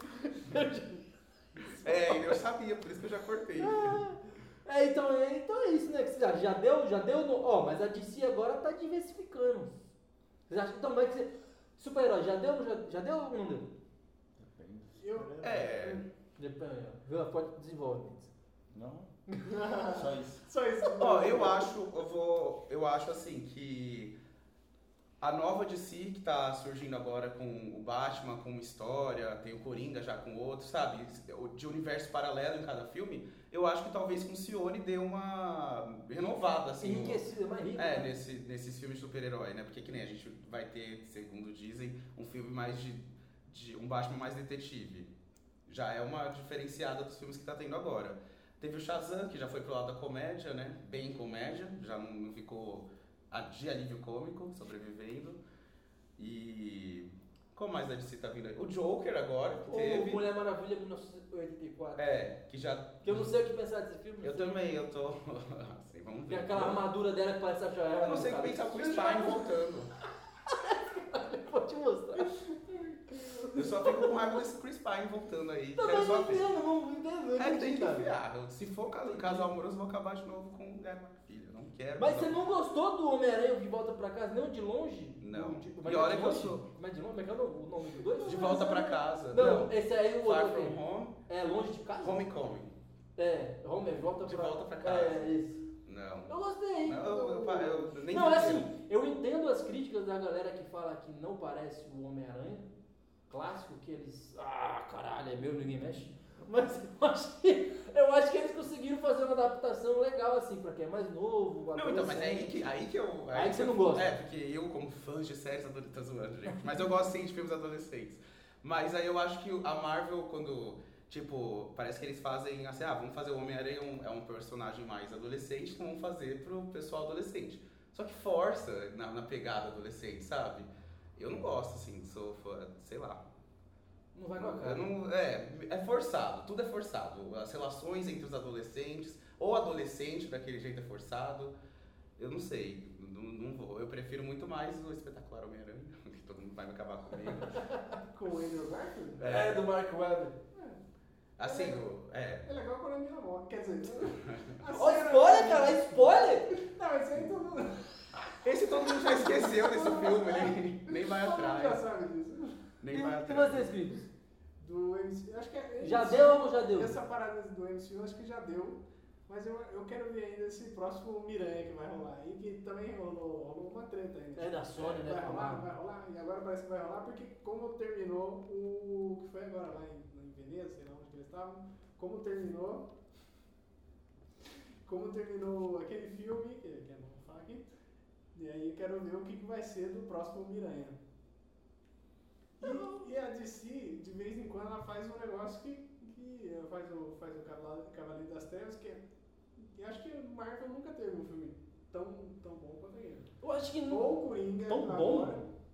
já. É, eu sabia, por isso que eu já cortei. É, então é, então é isso, né? Que você já, já deu, já deu no. Ó, mas a D C agora tá diversificando. Vocês acham então, mas que você. Super-herói, já deu, já, já deu ou não deu? Depende do Eu- super-herói. É. Depende, ó. Pode desenvolver. Não? Só isso. Só isso. Ó, eu acho, eu vou, eu acho assim que a nova D C que tá surgindo agora com o Batman, com história, tem o Coringa já com outro, sabe? De universo paralelo em cada filme, eu acho que talvez funcione e dê uma renovada, assim. no- Enriquecido, é mais rico. É, né? nesse, nesses filmes de super-herói, né? Porque que nem a gente vai ter, segundo dizem, um filme mais de, de um Batman mais detetive. Já é uma diferenciada dos filmes que tá tendo agora. Teve o Shazam, que já foi pro lado da comédia, né? Bem comédia, já não, não ficou a- de alívio cômico, sobrevivendo. E... Qual mais da D C tá vindo aí? O Joker agora, que O teve. Mulher Maravilha mil novecentos e oitenta e quatro. É, que já... Que eu não sei o que pensar desse filme. Eu também, eu tô... assim, vamos Tem ver. aquela armadura dela que parece a joia. Eu não sei o que pensar com o Stein voltando. Vou te mostrar. Eu só fico com raiva desse Chris Pine voltando aí. Também Quero só não ver. entendo, não entendo. É que tem que cara. enfiar. Se for casal, casal amoroso, eu vou acabar de novo com o Guy Filho. Eu não quero. Mas você não gostou do Homem-Aranha de Volta pra Casa, nem de longe? Não. O, tipo, E mas é olha de que eu longe? sou- Mas de longe? Como é que é o nome do dois? De volta pra casa. Não, esse aí o Far outro. From Home, É longe de casa? Homecoming. É, Home, volta De pra volta pra casa. É, isso. Não. Eu gostei. Não, eu, eu, eu, eu nem Não, é vi. assim, eu entendo as críticas da galera que fala que não parece o Homem-Aranha clássico, que eles. Ah, caralho, é meu, ninguém mexe. Mas eu acho que, eu acho que eles conseguiram fazer uma adaptação legal, assim, pra quem é mais novo. Não, então, mas é aí adolescente. que, aí que eu. Aí que você eu- não gosta. É, porque eu, como fã de séries adolescentes, tô zoando, gente. Mas eu gosto sim de filmes adolescentes. Mas aí eu acho que a Marvel, quando. Tipo, parece que eles fazem assim, ah, vamos fazer o Homem-Aranha, um, é um personagem mais adolescente, então vamos fazer pro pessoal adolescente. Só que força na, na pegada adolescente, sabe? Eu não gosto, assim, sou fã, sei lá. Não vai com a Eu cara. não, é, é forçado, tudo é forçado. As relações entre os adolescentes, ou adolescente daquele jeito é forçado. Eu não sei, não, não vou. Eu prefiro muito mais o espetacular Homem-Aranha, que todo mundo vai me acabar comigo. Com o Andrew Garfield? É, do Mark Webber. Assim, o, é. É legal quando a mina morre. Quer dizer, a Ó, cena- spoiler, cara, spoiler! Não, isso aí todo mundo, Esse todo mundo já esqueceu desse filme, nem, nem vai todo mundo já atrás. sabe disso. Nem E, vai e atrás. vocês, Cris? Do M C U, acho que é. Já M C U, deu ou já deu? Essa parada do M C U, acho que já deu. Mas eu, eu quero ver ainda esse próximo Miranha que vai rolar aí, que também rolou, rolou uma treta ainda. É da Sony, né? Vai rolar, Falar. vai rolar. E agora parece que vai rolar, porque como terminou o. que foi agora lá em, em Veneza, sei lá onde que eles estavam, como terminou. Como terminou aquele filme, que, que eu não vou falar aqui, e aí eu quero ver o que, que vai ser do próximo Miranha. E, e a D C, de vez em quando, ela faz um negócio que, que ela faz o, faz o Cavaleiro Cavaleiro das Trevas, que é. E acho que o Marvel nunca teve um filme tão, tão bom quanto ele. Eu acho que não. Ou o Coringa Tão agora, bom?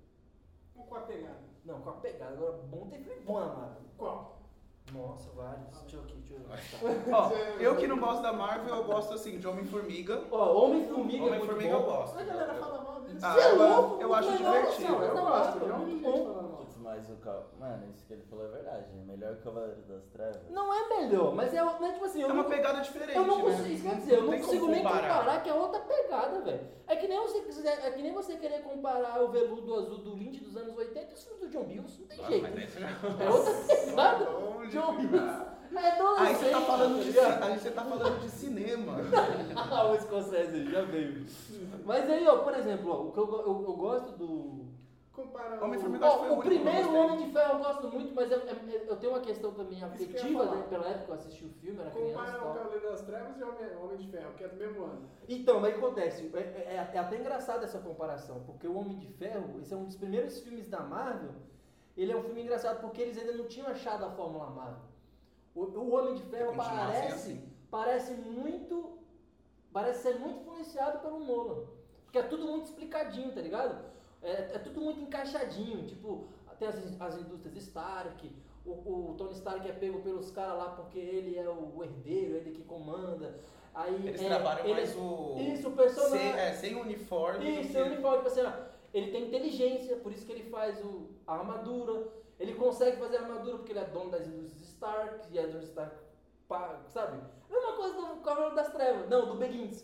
ou com a pegada. Não, com a pegada. Agora, bom tem filme bom na Marvel. Qual? Nossa, vários. Deixa eu aqui, deixa eu Ó, eu que não gosto da Marvel, eu gosto assim de Homem-Formiga. Ó, Homem-Formiga é muito Homem-Formiga eu bom. gosto. A galera fala mal dele. Ah, Você é eu- louco? eu muito acho legal, divertido. Não, eu da gosto, Marvel, já ouvi muito gente bom. falando mal. Putz, mas o Cal... Mano, isso que ele falou é verdade. Melhor que o Cavaleiro das Trevas. Não é melhor, mas é, não é tipo assim, É eu uma não, pegada diferente, eu não né? consigo, isso quer dizer, eu não tem como consigo nem comparar. comparar que é outra pegada, velho. É que nem você quiser, é que nem você querer comparar o veludo azul do Lindy dos anos oitenta e o filme do John Bills, não tem Ah, jeito. mas aí você já- É outra pegada. Longe, John cara. Bills é adolescente. Aí você tá falando de, ligado? aí você tá falando de cinema. Ah, o Scorsese já veio. Mas aí, ó, por exemplo, ó, o que eu, go- eu, eu gosto do. Compara Homem-Formiga Ó, acho que foi o o único que eu primeiro gostei. Homem de Ferro eu gosto muito, mas eu, eu- eu tenho uma questão também Isso que eu ia afetiva, falar. né, pela época que eu assisti o filme, era criança e Compara o tal. Cavaleiro das Trevas e o Homem, Homem de Ferro, que é do mesmo ano. Então, mas o que acontece? É, é- é até engraçado essa comparação, porque o Homem de Ferro, esse é um dos primeiros filmes da Marvel, ele é um filme engraçado porque eles ainda não tinham achado a fórmula Marvel. O, o Homem de Ferro Vai continuar parece, assim. parece muito, parece ser muito influenciado pelo Nolan, porque é tudo muito explicadinho, tá ligado? É, é tudo muito encaixadinho, tipo, tem as, as indústrias Stark, o, o Tony Stark é pego pelos caras lá porque ele é o herdeiro, ele que comanda. Aí Eles é, trabalham ele- mais o. Isso, o personagem. Sem, é, sem uniforme. Isso, do é que- uniforme, tipo assim, ó, ele tem inteligência, por isso que ele faz o, a armadura, ele consegue fazer a armadura porque ele é dono das indústrias Stark, e a indústria Stark, pá, sabe? Mesma coisa do Cavaleiro das Trevas, não, do Begins.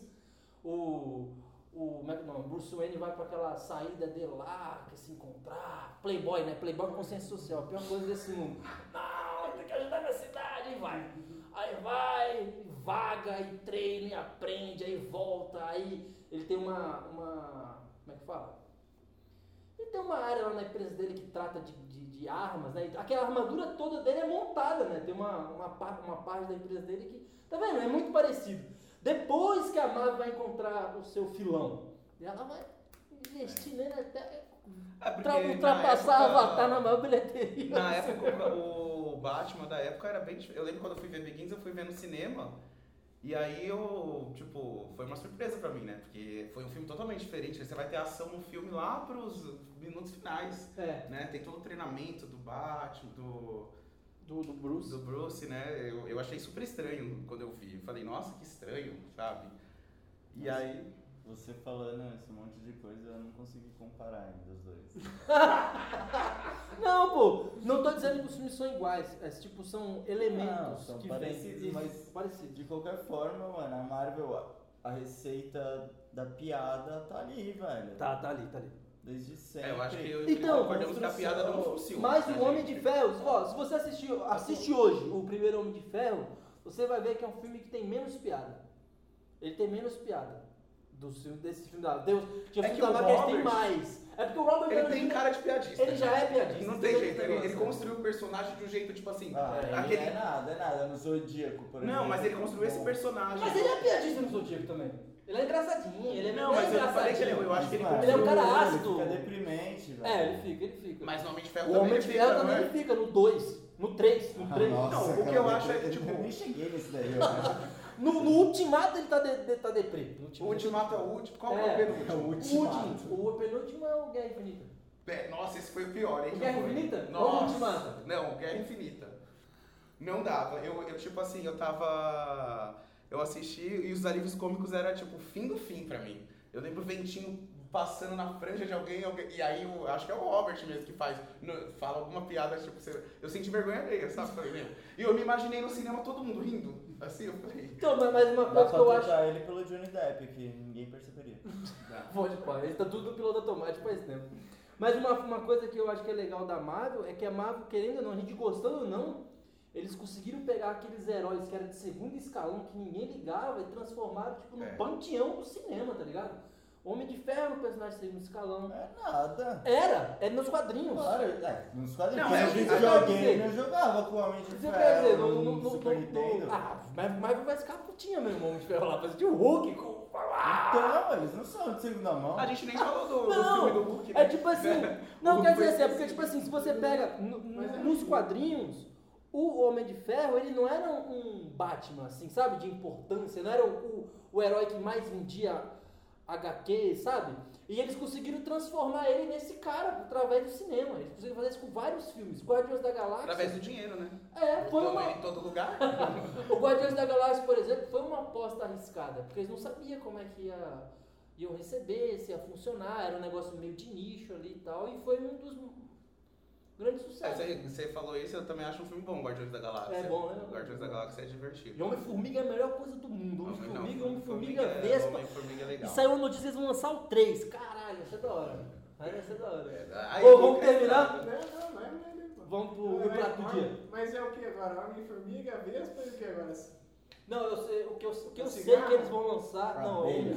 O, o, como é que não, Bruce Wayne vai pra aquela saída dele lá, quer se encontrar, Playboy, né, Playboy com consciência social, a pior coisa desse mundo. Não, tem que ajudar minha cidade, e vai. Aí vai, e vaga, e treina, e aprende, aí volta, aí ele tem uma, uma, como é que fala? Ele tem uma área lá na empresa dele que trata de, de, de armas, né? Aquela armadura toda dele é montada, né? Tem uma, uma, par- uma parte da empresa dele que, tá vendo? É muito parecido. Depois que a Marvel vai encontrar o seu filão, ela vai investir nele até É, porque tra- na ultrapassar época- Avatar na maior bilheteria. Na época, o Batman da época era bem diferente. Eu lembro quando eu fui ver Begins, eu fui ver no cinema. E aí eu, tipo, foi uma surpresa pra mim, né? Porque foi um filme totalmente diferente. Você vai ter ação no filme lá pros minutos finais, É, né? Tem todo o treinamento do Batman, do, do, do Bruce. do Bruce, né? Eu, eu achei super estranho quando eu vi. Eu falei, nossa, que estranho, sabe? E Nossa. aí... Você falando esse monte de coisa, eu não consegui comparar ainda os dois. Não, pô, não tô dizendo que os filmes são iguais, é, tipo, são elementos Não, são que parecidos, vêm. mas Parecidos. de qualquer forma, mano, a Marvel, a, a receita da piada tá ali, velho. Tá, tá ali, tá ali. Desde sempre. É, eu acho que eu Então, concordamos que a piada não funciona. Mas né, o Homem gente? de Ferro, ó, se você assistiu, assiste hoje o primeiro Homem de Ferro, você vai ver que é um filme que tem menos piada. Ele tem menos piada. Do filme, desse filme da Deus. Tinha É filme que da o Marvel que tem Robert- mais. É porque o Robert Ele Downey tem Júnior cara de piadista. Ele já é piadista. Não tem entendeu? jeito, ele, ele Negócio. construiu o personagem de um jeito, tipo assim. Ah, ele aquele... é nada, é nada. No Zodíaco, por exemplo. Não, mas ele construiu esse personagem. Mas ele é piadista no Zodíaco também. Ele é engraçadinho, ele é Não, mas eu engraçadinho. falei que ele- eu acho que ele Mano, Ele é um cara ele ácido. fica deprimente, velho. É, ele fica, ele fica. Mas no Homem de Ferro O também Homem ele de fica, Ferro não também é? ele fica, no dois, no três, no Ah, três. nossa, Não, o que cara, eu acho é que, eu tipo- nem cheguei nesse daí, ó. No, no Ultimato ele tá, de, de, tá deprê. No O Ultimato é o último. Qual que é o É. penúltimo? É o O Ultimato. último, o penúltimo é o Guerra Infinita. Pé, Nossa, esse foi o pior, hein? O que Guerra foi. Infinita? Ou o Nossa. Ultimato? Não, Guerra Infinita. Não dava. Eu, eu, tipo assim, eu tava... Eu assisti e os alívios cômicos era, tipo, o fim do fim pra mim. Eu lembro o Ventinho passando na franja de alguém, alguém e aí eu acho que é o Robert mesmo que faz, no- fala alguma piada, tipo, você, eu senti vergonha alheia, sabe? Falei, meu. E eu me imaginei no cinema todo mundo rindo, assim, eu falei... Então, mas mas uma Dá coisa pra que eu acho... trocar ele pelo Johnny Depp, que ninguém perceberia. Pode, pode. Ele tá tudo no piloto automático faz tempo. Mas uma, uma coisa que eu acho que é legal da Marvel é que a Marvel, querendo ou não, a gente gostando ou não, eles conseguiram pegar aqueles heróis que eram de segundo escalão, que ninguém ligava, e transformaram tipo, no É. panteão do cinema, tá ligado? Homem de Ferro era um personagem de segundo escalão. Não é nada. Era, é nos quadrinhos. Claro, é, nos quadrinhos. Não, Não, é a o que gente você quer videogame, dizer. eu jogava com o Homem de Você Ferro quer dizer, no, no, no, no, Super no, Nintendo. no, ah, mas Marvel vai ficar tinha mesmo Homem de Ferro lá, mas tinha o Hulk com... Então, eles não são de segunda mão. A gente nem falou do, do Não, filme do Hulk, né? é tipo assim, não O quer Hulk dizer assim, foi é porque tipo assim, se você pega no- no- Mas é nos assim. quadrinhos, o Homem de Ferro, ele não era um Batman, assim, sabe, de importância, não era o, o, o herói que mais vendia agá quê, sabe? E eles conseguiram transformar ele nesse cara através do cinema, eles conseguiram fazer isso com vários filmes, Guardiões da Galáxia. Através do dinheiro, né? É, foi Botou uma... ele em todo lugar. O Guardiões da Galáxia, por exemplo, foi uma aposta arriscada, porque eles não sabiam como é que ia, iam receber, se ia funcionar, era um negócio meio de nicho ali e tal, e foi um dos grandes É, sucessos. você, você falou isso, eu também acho um filme bom, Guardiões da Galáxia. É bom, né? Guardiões da Galáxia é divertido. E Homem-Formiga é a melhor coisa do mundo, Não, Homem-Formiga, não, Homem-Formiga, é- Vespa, Homem-Formiga é e legal. saiu a notícia que eles vão lançar o três, caralho, vai ser da hora, vai ser da hora. É, aí Ô, eu vamos tô terminar? Não, não, vai, vai, vai. Vamos pro Vai, o prato do vai, dia. Mas é o que agora? Homem-Formiga, Vespa e o que agora? Não, eu sei, o que eu, o que eu O sei cigarro? que eles vão lançar, não, Abelha.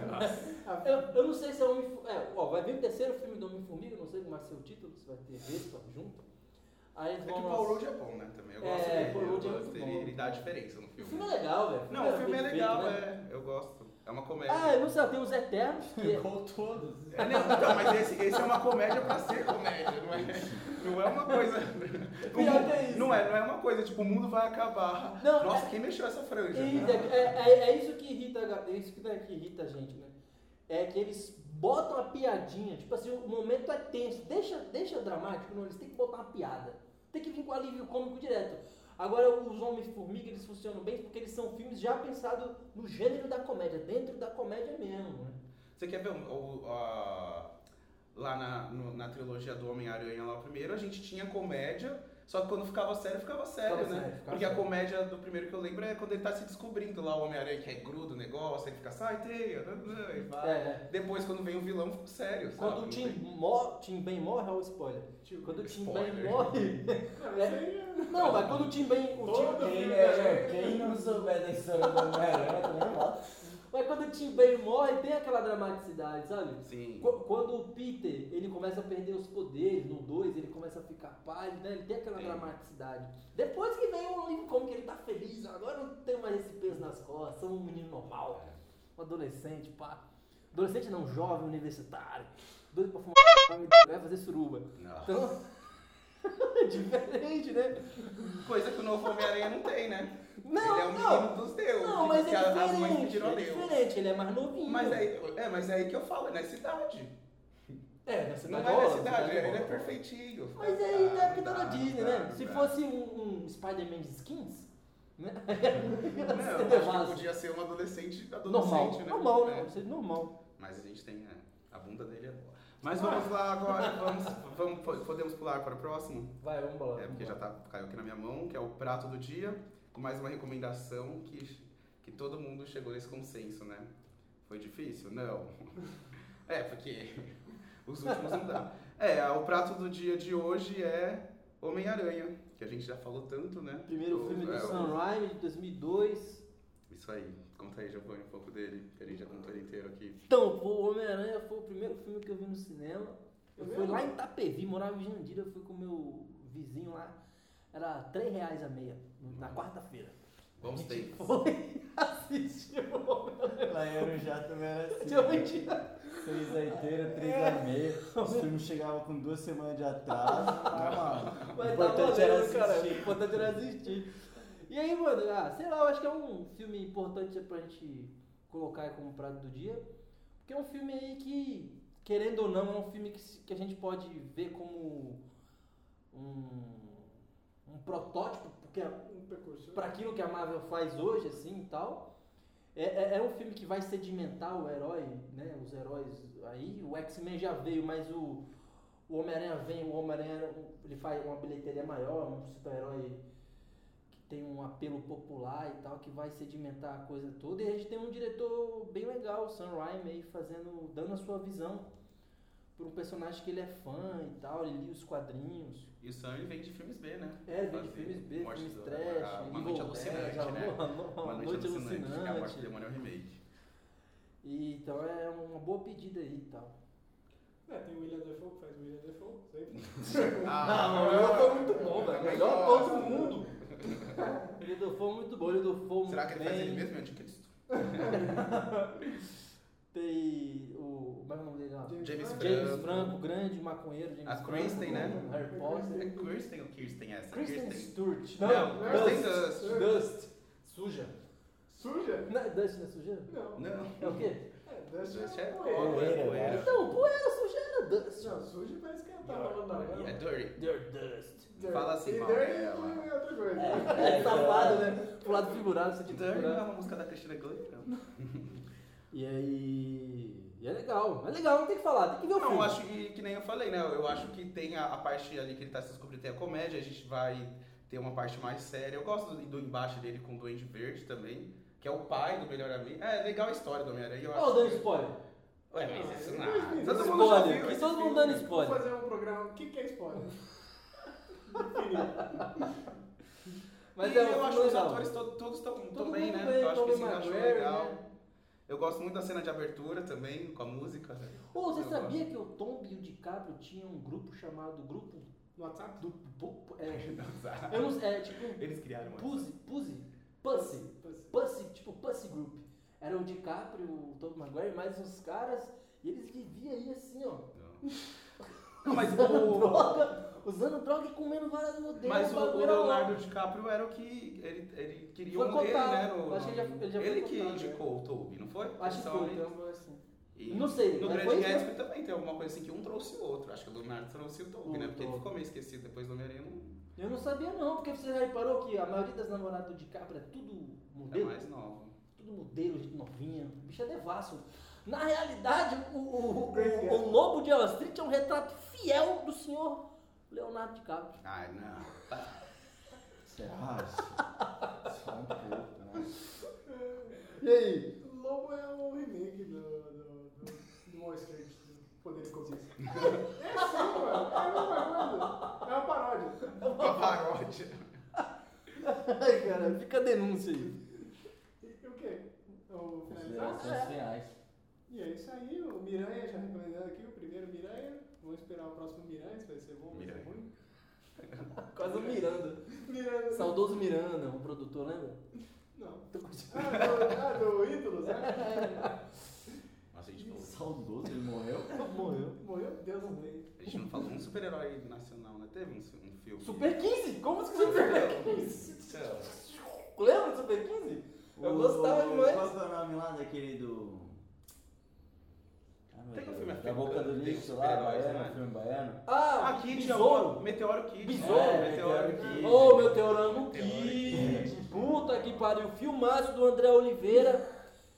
A- Eu, eu não sei se é Homem é, ó, vai vir o terceiro filme do Homem-Formiga, não sei como vai ser o título, se vai ter Vespa junto. Aí eles É que vão o Paul lançar- Rudd é bom, né? Também. Eu É, gosto dele. Paul eu Rudd é gosto muito dele, bom. ele dá diferença no O filme. filme é legal, velho. Não, o filme é bem legal, feito, né? é. Eu gosto. É uma comédia. Ah, eu não sei, tem os Eternos, que é- Igual todos. É, não, então, mas esse, esse é uma comédia pra ser comédia, não é, não é uma coisa. o Pior mundo- que é isso. Não é, não é uma coisa, tipo, o mundo vai acabar. Não, Nossa, é- quem mexeu essa franja? Isso, é, é, é isso que irrita, a ga- é isso que, né, que irrita a gente, né? É que eles botam a piadinha, tipo assim, o momento é tenso, deixa, deixa dramático, não, eles têm que botar uma piada. Tem que vir com alívio cômico direto. Agora, os Homens-Formiga, eles funcionam bem porque eles são filmes já pensados no gênero da comédia, dentro da comédia mesmo, né? Você quer ver o, o- a- lá na, no- na trilogia do Homem-Aranha, lá o primeiro, a gente tinha comédia, só que quando ficava sério, ficava sério, Ficava né? sério, ficava Porque a sério. comédia do primeiro que eu lembro é quando ele tá se descobrindo lá, o Homem-Aranha, que é grudo o negócio, ele fica, sai, teia, e vai. É, é. Depois, quando vem o vilão, ficou sério, sabe? Quando o Não Tim, tem- Mo- Tim Ben morre, olha o spoiler. Quando o Tim Ben Spoiler. morre. Não, isso aí é- Não, mas quando o Tim Ben. O Tim, Todo Quem, filme é, quem não souber da história do Homem-Aranha também bota. mas quando o Tim Ben morre, tem aquela dramaticidade, sabe? Sim. Qu- Quando o Peter ele começa a perder os poderes, no dois ele começa a ficar pálido, né? Ele tem aquela Sim. dramaticidade. Depois que vem o livro como que ele tá feliz, agora não tem mais esse peso nas costas, sou um menino normal, um adolescente, pá. Adolescente não, jovem, universitário, doido pra fumar, vai fazer suruba. Não. Então, é diferente, né? Coisa que o novo Homem-Aranha não tem, né? Não, ele é um não. menino dos deuses. Não, mas que é a- as mães diferente, pediram a é Deus. diferente, ele é mais novinho. Mas aí, é, mas é aí que eu falo, é na cidade. É, na cidade Não é na rola, cidade, cidade ele rola. é perfeitinho. Mas aí Ah, na época tá na dá, Disney, dá, né? Se dá. fosse um, um Spider-Man de skins, Né? Não, Ser acho vaso. que podia ser um adolescente, adolescente, Normal, né? normal, É. né? Seja normal. Mas a gente tem, é, a bunda dele é boa. Mas vamos lá agora, vamos, vamos, podemos pular para o próximo? Vai, vamos lá. É, porque já tá, caiu aqui na minha mão, que é o prato do dia, com mais uma recomendação que, que todo mundo chegou nesse consenso, né? Foi difícil? Não. É, porque os últimos não dá. É, o prato do dia de hoje é Homem-Aranha, que a gente já falou tanto, né? Primeiro O- filme do é, o- Sam Raimi, de dois mil e dois. Isso aí, conta aí, Giovanni, um pouco dele, que a gente já contou ele inteiro aqui. Então, pô, o Homem-Aranha foi o primeiro filme que eu vi no cinema. Eu É fui mesmo? lá em Itapevi, morava em Jandira, eu fui com o meu vizinho lá. Era três reais a meia, na quarta-feira. Vamos A gente ter. foi assistir o Homem-Aranha. Lá em Arujá também era assim. Tinha mentira. Seis a inteira, três a meia. Os filmes chegavam com duas semanas de atraso. Ah, mano. O Mas tá importante era valendo, cara. O assistir. importante era assistir. E aí, mano, ah, sei lá, eu acho que é um filme importante pra gente colocar aí como prato do dia. Porque é um filme aí que, querendo ou não, é um filme que, se- que a gente pode ver como um, um protótipo, porque é Um precursor. para aquilo que a Marvel faz hoje, assim e tal. É, é, é um filme que vai sedimentar o herói, né? Os heróis aí. O X-Men já veio, mas o, o Homem-Aranha vem. O Homem-Aranha ele faz uma bilheteria maior, um super-herói que tem um apelo popular e tal, que vai sedimentar a coisa toda. E a gente tem um diretor bem legal, o Sam Raimi, aí fazendo, dando a sua visão por um personagem que ele é fã e tal. Ele lia os quadrinhos. E o Sam ele vem de filmes B, né? É, vem de Fazer filmes B, Morte filmes do- trash, a- Uma Evil Noite Dead, Alucinante, a- né? Uma, Uma Noite Noite Alucinante, que é a Morte do Alucinante. Demônio é o remake. E, então é uma boa pedida aí e tal. É, tem o William Dafoe que faz o William Dafoe, sempre. Ah, o William foi muito bom, velho. Melhor ator do mundo. Ele do foi muito bom, ele do foi Será muito que ele faz bem. ele mesmo em Anticristo? Tem o. Como é o nome dele lá? James James Franco. James Franco, grande maconheiro. James A Kristen, Franco, né? Harry Potter. É Kirsten ou Kirsten essa? Kristen Kirsten. Stewart. Não, Kristen Dust. Dust. Dust. Suja. Suja? Não, é Dust não é sujeira? Não. Não. É o quê? É, Dust Dust é é poeira. poeira, é poeira. Então, poeira, sujeira, Dust. Não, suja parece que ela tá falando da É dirty. They're Dust. Fala assim, E mal dirty dela. é outra coisa. É, é safado, né? Pro lado figurado, sentido Dirty é figurado. uma música da Cristina Aguilera. E aí. E é legal. É legal, não tem que falar, tem que ver o Não, filme. eu acho que, que nem eu falei, né? Eu acho que tem a, a parte ali que ele tá se descobrindo, tem a comédia, a gente vai ter uma parte mais séria. Eu gosto do, do embate dele com o Duende Verde também, que é o pai do melhor amigo. É legal a história do Homem-Aranha. eu Ó, acho dando que- spoiler. Ué, mas isso Não, não. mas Todo isso mundo já spoiler, viu que esse todo mundo filme. dando Vou spoiler. fazer um programa. O que, que é spoiler? Definir. Mas e é um eu filme acho que os legal. atores to- todos estão Todo bem, mundo né? bem, eu acho que Tobey se encaixou Maguire, legal. né? Eu gosto muito da cena de abertura também, com a música. Ô, você Eu sabia que o Tom e o DiCaprio tinham um grupo chamado Grupo No WhatsApp? do... Bu- É, gosto. eu não é tipo... Eles criaram uma. Pussy, Pussy, Pussy, Pussy, tipo Pussy Group. Era o DiCaprio, o Tobey Maguire, mais uns caras, e eles viviam aí assim, ó. Não. Não, mas Usando o, droga, usando droga e comendo várias modelos. mas o, o bagulho era Leonardo louco. DiCaprio era o que ele, ele queria Foi um ele, cotado. né? No, Acho que ele já- ele já foi ele que cotado, indicou o Toby, não foi? Acho que Então, foi, ele- então, assim. E Não sei, No mas Grande foi isso Gatsby também tem alguma coisa assim que um trouxe o outro. Acho que o Leonardo trouxe o Toby, O né? Porque ele Toby. ficou meio esquecido depois do Homem-Aranha. Não Eu não sabia não, porque você já reparou que a maioria das namoradas do DiCaprio é tudo é modelo? mais novo. Tudo modelo, gente novinha. O bicho é devasso. Na realidade, o, o, o, Great o, Gatsby. o Lobo de Wall Street é um retrato fiel do senhor Leonardo DiCaprio. Ai, não. Tá. Você acha? Só um pouco, né? E aí? Lobo é o remake do, do, do, do Wall Street, do Poder e Cobiça. É sim, mano. É a mesma coisa. É uma paródia. Uma paródia. Ai, cara, fica a denúncia aí. E o quê? O Considerações finalizar? finais. E é isso aí, o Miranha já recomendando aqui, o primeiro Miranha. Vamos esperar o próximo Miranha, se vai ser bom ou vai ser Miranha. ruim. Quase o Miranda. Miranda. Saudoso Miranda, o produtor, lembra? Não. Tô curtindo. Ah, do, ah, do Ídolos, né? Nossa, a gente falou. Saudoso, ele morreu? Morreu. Morreu? Deus não tem. A gente não falou um super-herói nacional, né? Teve um, um filme. Super quinze? Como assim Super quinze? Então, Lembra do Super quinze? Eu O- gostava demais. Qual que é o nome lá daquele do. Tem um filme Da boca do africano, tem lixo lá, super-heróis, baiano, né? filme baiano. Ah, Ah, Kid, Besouro. Meteoro Kid. Besouro. É, Meteoro Kid. Ô, meu Teorano Meteoro Kid. Puta que pariu. Filmaço do André Oliveira.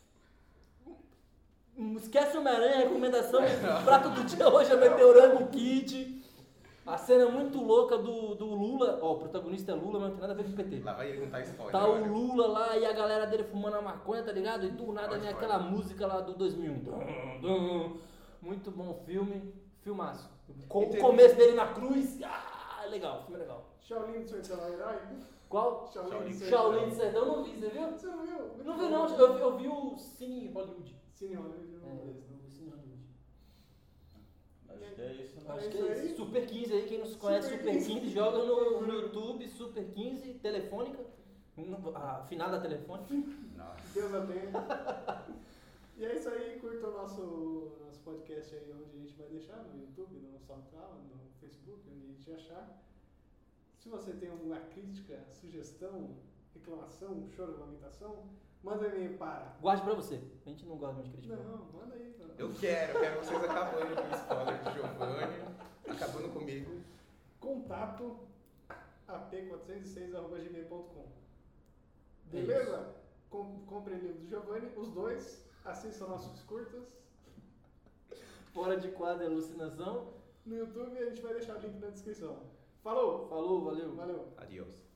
Esquece o Homem-Aranha, recomendação. Prato do dia hoje é Meteorango Kid. A cena muito louca do, do Lula. Ó, o protagonista é Lula, mas não tem nada a ver com o P T. Lá vai ele contar spoiler. Tá o olha. Lula lá e a galera dele fumando a maconha, tá ligado? E do nada Pode, vem pode. aquela música lá do dois mil e um. Dum, dum. Muito bom filme. Filmaço. Com E o teve- começo dele na cruz. Ah, legal, filme é legal. Shaolin do Sertão é herói? Qual? Shaolin do Shaolin. Sertão. Shaolin do Sertão, não vi, você viu? Você não viu? Muito Não vi bom. não, eu, eu vi o Cine Hollywood. Cine Hollywood, eu É, não vi eu esse, não. vi o Cine Hollywood. Acho que é isso, né? É Acho que isso é aí? isso. Super quinze aí, quem não se conhece Super Super quinze. quinze, joga no, no YouTube, Super quinze, Telefônica, no- a finada Telefônica. Nossa. Deus a tenha. E é isso aí, curta o nosso, nosso podcast aí, onde a gente vai deixar, no YouTube, no SoundCloud, no Facebook, onde a gente achar. Se você tem alguma crítica, sugestão, reclamação, choro, lamentação, manda um e-mail para... Guarde pra você, a gente não gosta muito de criticar. Não, manda aí. Mano. Eu quero, eu quero vocês acabando com o spoiler de Giovanni, acabando comigo. Contato a p quatrocentos e seis arroba gmail ponto com. É Beleza? Com, compre o livro do Giovanni, os dois, assistam nossos curtas. Fora de quadro e alucinação. No YouTube a gente vai deixar o link na descrição. Falou! Falou, valeu. Valeu! Adiós.